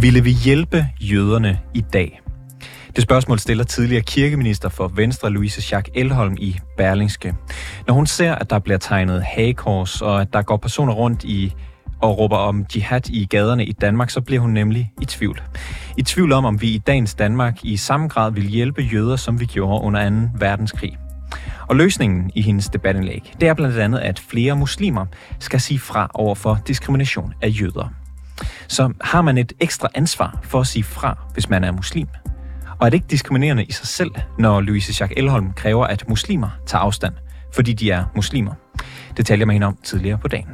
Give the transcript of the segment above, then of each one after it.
Ville vi hjælpe jøderne i dag? Det spørgsmål stiller tidligere kirkeminister for Venstre, Louise Schack Elholm i Berlingske. Når hun ser, at der bliver tegnet hagekors, og at der går personer rundt og råber om jihad i gaderne i Danmark, så bliver hun nemlig i tvivl. I tvivl om vi i dagens Danmark i samme grad vil hjælpe jøder, som vi gjorde under 2. verdenskrig. Og løsningen i hendes debatindlæg, det er blandt andet, at flere muslimer skal sige fra over for diskrimination af jøder. Så har man et ekstra ansvar for at sige fra, hvis man er muslim. Og er det ikke diskriminerende i sig selv, når Louise Schack Elholm kræver, at muslimer tager afstand, fordi de er muslimer? Det talte jeg med hende om tidligere på dagen.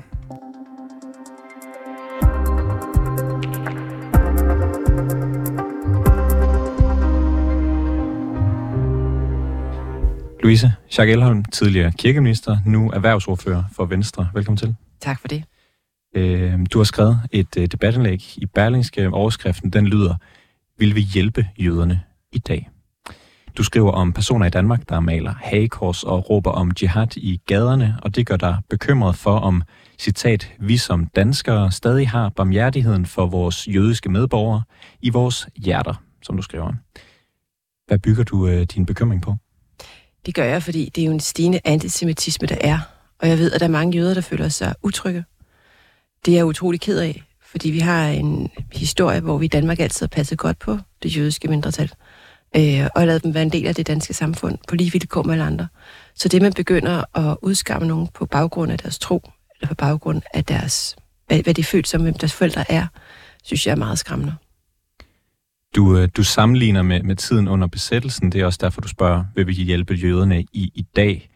Louise Schack Elholm, tidligere kirkeminister, nu erhvervsordfører for Venstre. Velkommen til. Tak for det. Du har skrevet et debatindlæg i Berlingske. Overskriften, den lyder: Vil vi hjælpe jøderne i dag? Du skriver om personer i Danmark, der maler hagekors og råber om jihad i gaderne, og det gør dig bekymret for, om, citat, vi som danskere stadig har barmhjertigheden for vores jødiske medborgere i vores hjerter, som du skriver. Hvad bygger du din bekymring på? Det gør jeg, fordi det er jo en stigende antisemitisme, der er. Og jeg ved, at der er mange jøder, der føler sig utrygge. Det er jeg utrolig ked af, fordi vi har en historie, hvor vi i Danmark altid har passet godt på det jødiske mindretal. Og ladet dem være en del af det danske samfund på lige vilkår med alle andre. Så det, man begynder at udskamme nogen på baggrund af deres tro, eller på baggrund af deres, hvad de føler som, hvem deres forældre er, synes jeg er meget skræmmende. Du sammenligner med tiden under besættelsen. Det er også derfor, du spørger, vil vi hjælpe jøderne i dag?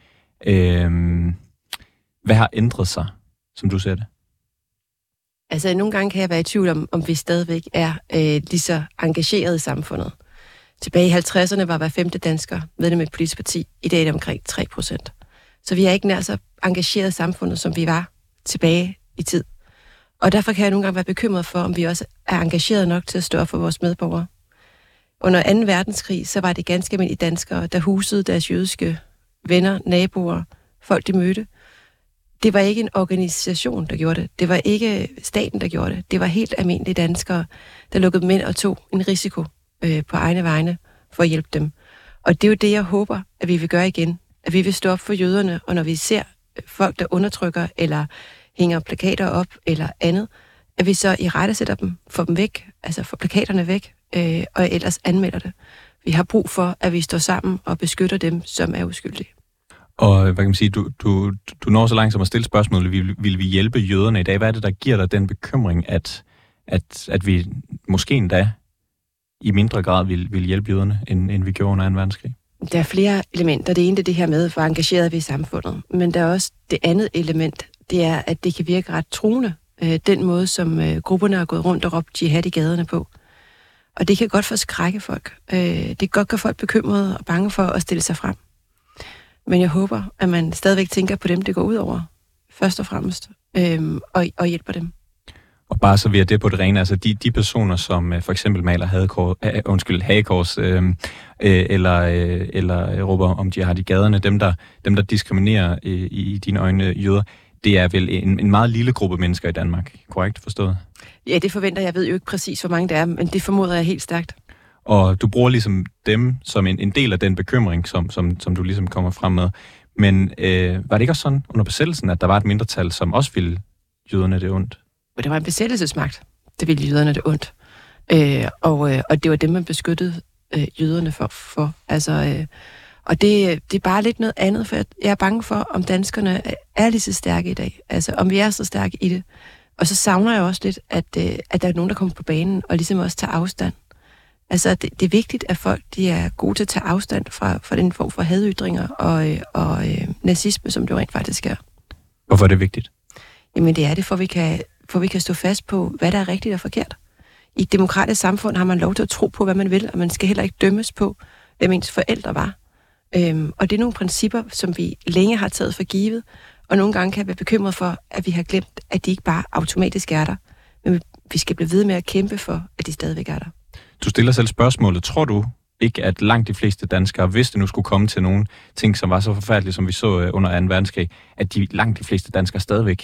Hvad har ændret sig, som du ser det? Altså, nogle gange kan jeg være i tvivl om vi stadigvæk er lige så engageret i samfundet. Tilbage i 50'erne var hver 5. dansker medlem af et politisk parti. I dag er det omkring 3%. Så vi er ikke nær så engageret i samfundet, som vi var tilbage i tid. Og derfor kan jeg nogle gange være bekymret for, om vi også er engageret nok til at stå op for vores medborgere. Under 2. verdenskrig, så var det ganske almindelige danskere, der husede deres jødiske venner, naboer, folk de mødte. Det var ikke en organisation, der gjorde det. Det var ikke staten, der gjorde det. Det var helt almindelige danskere, der lukkede dem ind og tog en risiko på egne vegne for at hjælpe dem. Og det er jo det, jeg håber, at vi vil gøre igen. At vi vil stå op for jøderne, og når vi ser folk, der undertrykker eller hænger plakater op eller andet, at vi så i rette sætter dem, får dem væk, altså får plakaterne væk, og ellers anmelder det. Vi har brug for, at vi står sammen og beskytter dem, som er uskyldige. Og hvad kan man sige, du når så langt som at stille spørgsmålet, vil vi hjælpe jøderne i dag? Hvad er det, der giver dig den bekymring, at vi måske endda i mindre grad vil hjælpe jøderne, end vi gjorde under 2. verdenskrig? Der er flere elementer. Det ene er det her med, hvor engageret vi i samfundet. Men der er også det andet element, det er, at det kan virke ret truende, den måde, som grupperne har gået rundt og råbt jihad i gaderne på. Og det kan godt forskrække folk. Det kan godt gøre folk bekymrede og bange for at stille sig frem. Men jeg håber, at man stadigvæk tænker på dem, det går ud over, først og fremmest, og hjælper dem. Og bare så vi er det på det rene, altså de personer, som for eksempel maler hagekors, eller råber om jihad i gaderne, dem der diskriminerer i dine øjne jøder, det er vel en meget lille gruppe mennesker i Danmark, korrekt forstået? Ja, det forventer jeg. Ved jo ikke præcis, hvor mange der er, men det formoder jeg helt stærkt. Og du bruger ligesom dem som en del af den bekymring, som du ligesom kommer frem med. Men var det ikke også sådan under besættelsen, at der var et mindretal, som også ville jøderne det ondt? Der var en besættelsesmagt, der ville jøderne det ondt. Og det var dem, man beskyttede jøderne for. Altså, og det er bare lidt noget andet, for jeg er bange for, om danskerne er lige så stærke i dag. Altså, om vi er så stærke i det. Og så savner jeg også lidt, at der er nogen, der kommer på banen og ligesom også tager afstand. Altså, det er vigtigt, at folk de er gode til at tage afstand fra den form for hadytringer og nazisme, som det rent faktisk er. Hvorfor er det vigtigt? Jamen, det er det, for vi kan stå fast på, hvad der er rigtigt og forkert. I et demokratisk samfund har man lov til at tro på, hvad man vil, og man skal heller ikke dømmes på, hvem ens forældre var. Og det er nogle principper, som vi længe har taget for givet, og nogle gange kan jeg være bekymret for, at vi har glemt, at de ikke bare automatisk er der, men vi skal blive ved med at kæmpe for, at de stadigvæk er der. Du stiller selv spørgsmålet, tror du ikke, at langt de fleste danskere, hvis det nu skulle komme til nogle ting, som var så forfærdelige, som vi så under 2. verdenskrig, at langt de fleste danskere stadigvæk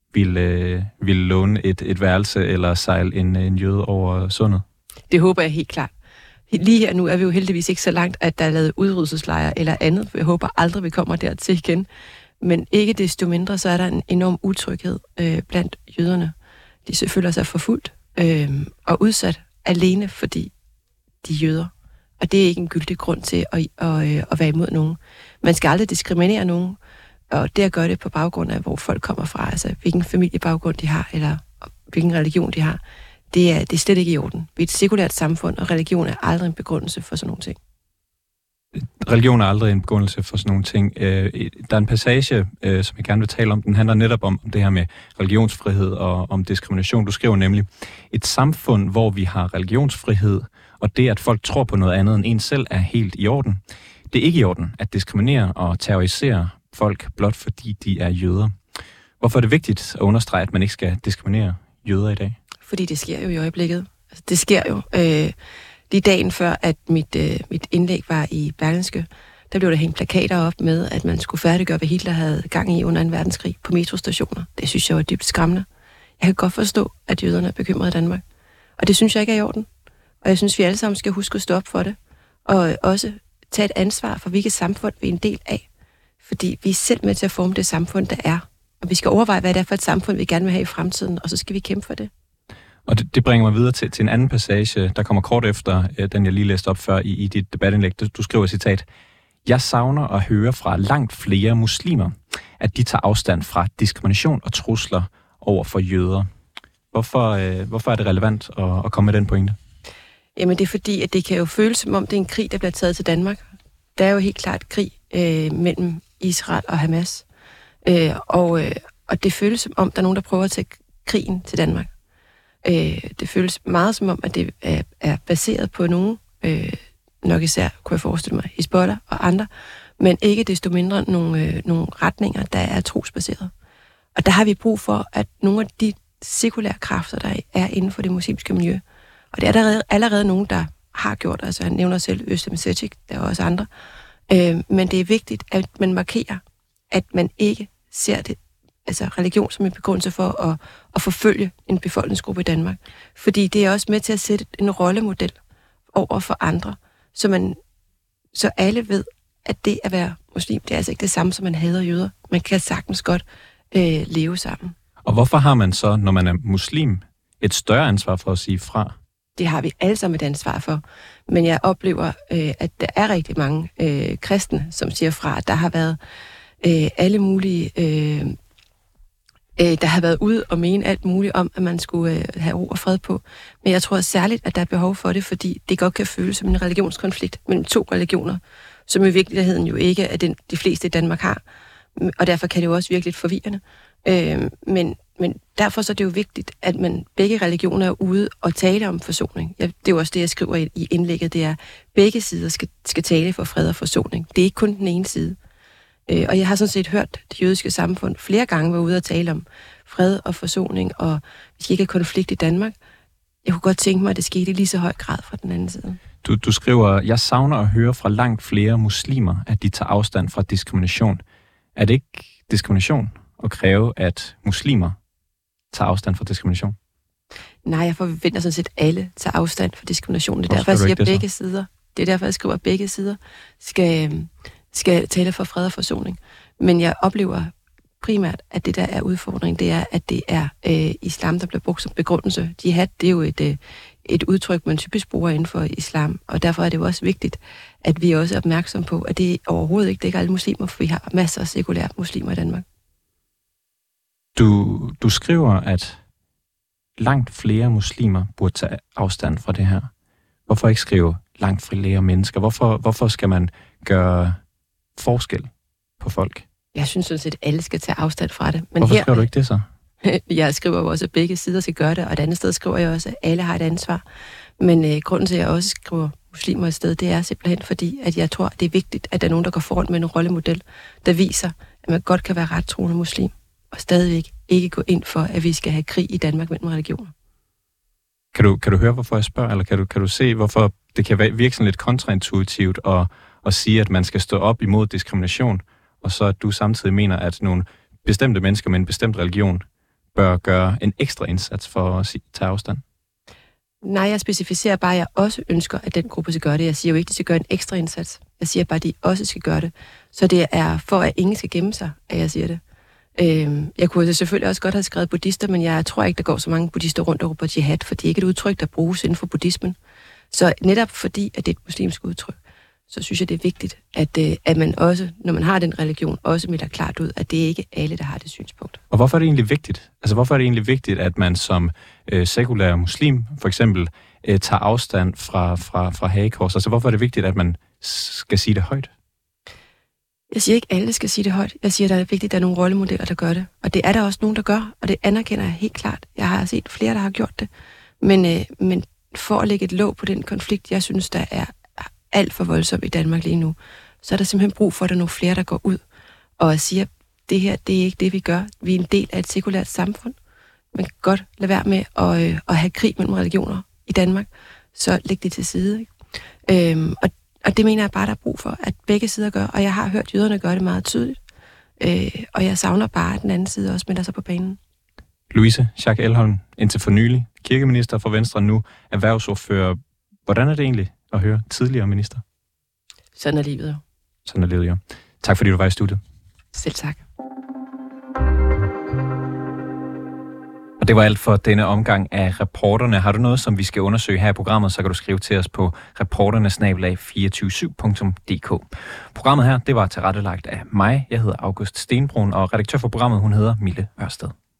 ville låne et værelse eller sejle en jøde over sundet? Det håber jeg helt klart. Lige her nu er vi jo heldigvis ikke så langt, at der er lavet udryddelseslejre eller andet. Jeg håber aldrig, vi kommer dertil igen. Men ikke desto mindre, så er der en enorm utryghed blandt jøderne. De føler sig forfulgt og udsat alene, fordi de er jøder. Og det er ikke en gyldig grund til at være imod nogen. Man skal aldrig diskriminere nogen, og det at gøre det på baggrund af, hvor folk kommer fra, altså hvilken familiebaggrund de har, eller hvilken religion de har, det er slet ikke i orden. Vi er et sekulært samfund, og religion er aldrig en begrundelse for sådan nogle ting. Religion er aldrig en begrundelse for sådan nogle ting. Der er en passage, som jeg gerne vil tale om. Den handler netop om det her med religionsfrihed og om diskrimination. Du skriver nemlig, et samfund, hvor vi har religionsfrihed, og det, at folk tror på noget andet end en selv, er helt i orden. Det er ikke i orden at diskriminere og terrorisere folk, blot fordi de er jøder. Hvorfor er det vigtigt at understrege, at man ikke skal diskriminere jøder i dag? Fordi det sker jo i øjeblikket. Altså, det sker jo. Lige dagen før, at mit indlæg var i Berlingske, der blev der hængt plakater op med, at man skulle færdiggøre, hvad Hitler havde gang i under 2. verdenskrig på metrostationer. Det synes jeg var dybt skræmmende. Jeg kan godt forstå, at jøderne er bekymrede i Danmark. Og det synes jeg ikke er i orden. Og jeg synes, vi alle sammen skal huske at stå op for det. Og også tage et ansvar for, hvilket samfund vi er en del af. Fordi vi er selv med til at forme det samfund, der er. Og vi skal overveje, hvad det er for et samfund, vi gerne vil have i fremtiden, og så skal vi kæmpe for det. Og det bringer mig videre til en anden passage, der kommer kort efter den, jeg lige læste op før i dit debatindlæg. Du skriver citat: Jeg savner at høre fra langt flere muslimer, at de tager afstand fra diskrimination og trusler over for jøder. Hvorfor er det relevant at komme med den pointe? Jamen det er fordi, at det kan jo føles som om, det er en krig, der bliver taget til Danmark. Der er jo helt klart krig mellem Israel og Hamas. Og det føles som om, der er nogen, der prøver at tage krigen til Danmark. Det føles meget som om, at det er baseret på nogen, nok især kunne jeg forestille mig, Hizbollah og andre, men ikke desto mindre nogle retninger, der er trosbaseret. Og der har vi brug for, at nogle af de sekulære kræfter, der er inden for det muslimske miljø, og det er der allerede nogen, der har gjort, altså han nævner selv Özlem Cekic, der er også andre, men det er vigtigt, at man markerer, at man ikke ser det, altså religion som en begrundelse for at forfølge en befolkningsgruppe i Danmark. Fordi det er også med til at sætte en rollemodel over for andre, så alle ved, at det at være muslim, det er altså ikke det samme, som man hader jøder. Man kan sagtens godt leve sammen. Og hvorfor har man så, når man er muslim, et større ansvar for at sige fra? Det har vi alle sammen et ansvar for. Men jeg oplever, at der er rigtig mange kristne, som siger fra, at der har været alle mulige... der har været ude og mene alt muligt om, at man skulle have ro og fred på. Men jeg tror særligt, at der er behov for det, fordi det godt kan føles som en religionskonflikt mellem to religioner, som i virkeligheden jo ikke er den, de fleste i Danmark har. Og derfor kan det jo også virke lidt forvirrende. Men derfor så er det jo vigtigt, at man begge religioner er ude og tale om forsoning. Det er jo også det, jeg skriver i indlægget, det er, at begge sider skal tale for fred og forsoning. Det er ikke kun den ene side. Og jeg har sådan set hørt det jødiske samfund flere gange være ude og tale om fred og forsoning, og vi skal ikke have konflikt i Danmark. Jeg kunne godt tænke mig, at det skete i lige så høj grad fra den anden side. Du skriver, jeg savner at høre fra langt flere muslimer, at de tager afstand fra diskrimination. Er det ikke diskrimination at kræve, at muslimer tager afstand fra diskrimination? Nej, jeg forventer sådan set, at alle tager afstand fra diskrimination. Det er derfor, jeg siger begge sider. Det er derfor, jeg skriver, at begge sider skal tale for fred og forsoning. Men jeg oplever primært, at det der er udfordringen, det er, at det er islam, der bliver brugt som begrundelse. Jihad, det er jo et udtryk, man typisk bruger inden for islam, og derfor er det jo også vigtigt, at vi er også opmærksom på, at det overhovedet ikke dækker alle muslimer, for vi har masser af sekulære muslimer i Danmark. Du skriver, at langt flere muslimer burde tage afstand fra det her. Hvorfor ikke skrive langt flere mennesker? Hvorfor skal man gøre forskel på folk? Jeg synes sådan set, at alle skal tage afstand fra det. Men hvorfor skriver du ikke det så? Jeg skriver jo også, at begge sider skal gøre det, og et andet sted skriver jeg også, at alle har et ansvar. Men grunden til, at jeg også skriver muslimer et sted, det er simpelthen fordi, at jeg tror, det er vigtigt, at der er nogen, der går foran med en rollemodel, der viser, at man godt kan være rettroende muslim, og stadigvæk ikke gå ind for, at vi skal have krig i Danmark mellem religioner. Kan du høre, hvorfor jeg spørger, eller kan du se, hvorfor det kan virke sådan lidt kontraintuitivt at sige, at man skal stå op imod diskrimination, og så at du samtidig mener, at nogle bestemte mennesker med en bestemt religion bør gøre en ekstra indsats for at tage afstand? Nej, jeg specificerer bare, at jeg også ønsker, at den gruppe skal gøre det. Jeg siger jo ikke, at de skal gøre en ekstra indsats. Jeg siger bare, at de også skal gøre det. Så det er for, at ingen skal gemme sig, at jeg siger det. Jeg kunne selvfølgelig også godt have skrevet buddhister, men jeg tror ikke, der går så mange buddhister rundt og råber jihad, for det er ikke et udtryk, der bruges inden for buddhismen. Så netop fordi, at det er et muslimsk udtryk, så synes jeg, det er vigtigt, at man også, når man har den religion, også melder klart ud, at det ikke er alle, der har det synspunkt. Og hvorfor er det egentlig vigtigt? Altså, hvorfor er det egentlig vigtigt, at man som sekulær muslim, for eksempel, tager afstand fra hagekors? Altså, hvorfor er det vigtigt, at man skal sige det højt? Jeg siger ikke, at alle skal sige det højt. Jeg siger, at det er vigtigt, at der er nogle rollemodeller, der gør det. Og det er der også nogen, der gør, og det anerkender jeg helt klart. Jeg har set flere, der har gjort det. Men for at lægge et låg på den konflikt, jeg synes, der er alt for voldsom i Danmark lige nu, så er der simpelthen brug for, at der er nogle flere, der går ud og siger, det her, det er ikke det, vi gør. Vi er en del af et sekulært samfund. Man kan godt lade være med at have krig mellem religioner i Danmark, så læg det til side. Ikke? Og det mener jeg bare, der er brug for, at begge sider gør, og jeg har hørt jøderne gøre det meget tydeligt. Og jeg savner bare, at den anden side også melder sig på banen. Louise Schack Elholm, indtil for nylig kirkeminister for Venstre, nu erhvervsordfører. Hvordan er det egentlig at høre tidligere minister? Sådan er livet jo. Sådan er livet jo. Tak fordi du var i studiet. Selv tak. Og det var alt for denne omgang af Reporterne. Har du noget, som vi skal undersøge her i programmet, så kan du skrive til os på reporterne@247.dk. Programmet her, det var tilrettelagt af mig. Jeg hedder August Stenbrun, og redaktør for programmet, hun hedder Mille Ørsted.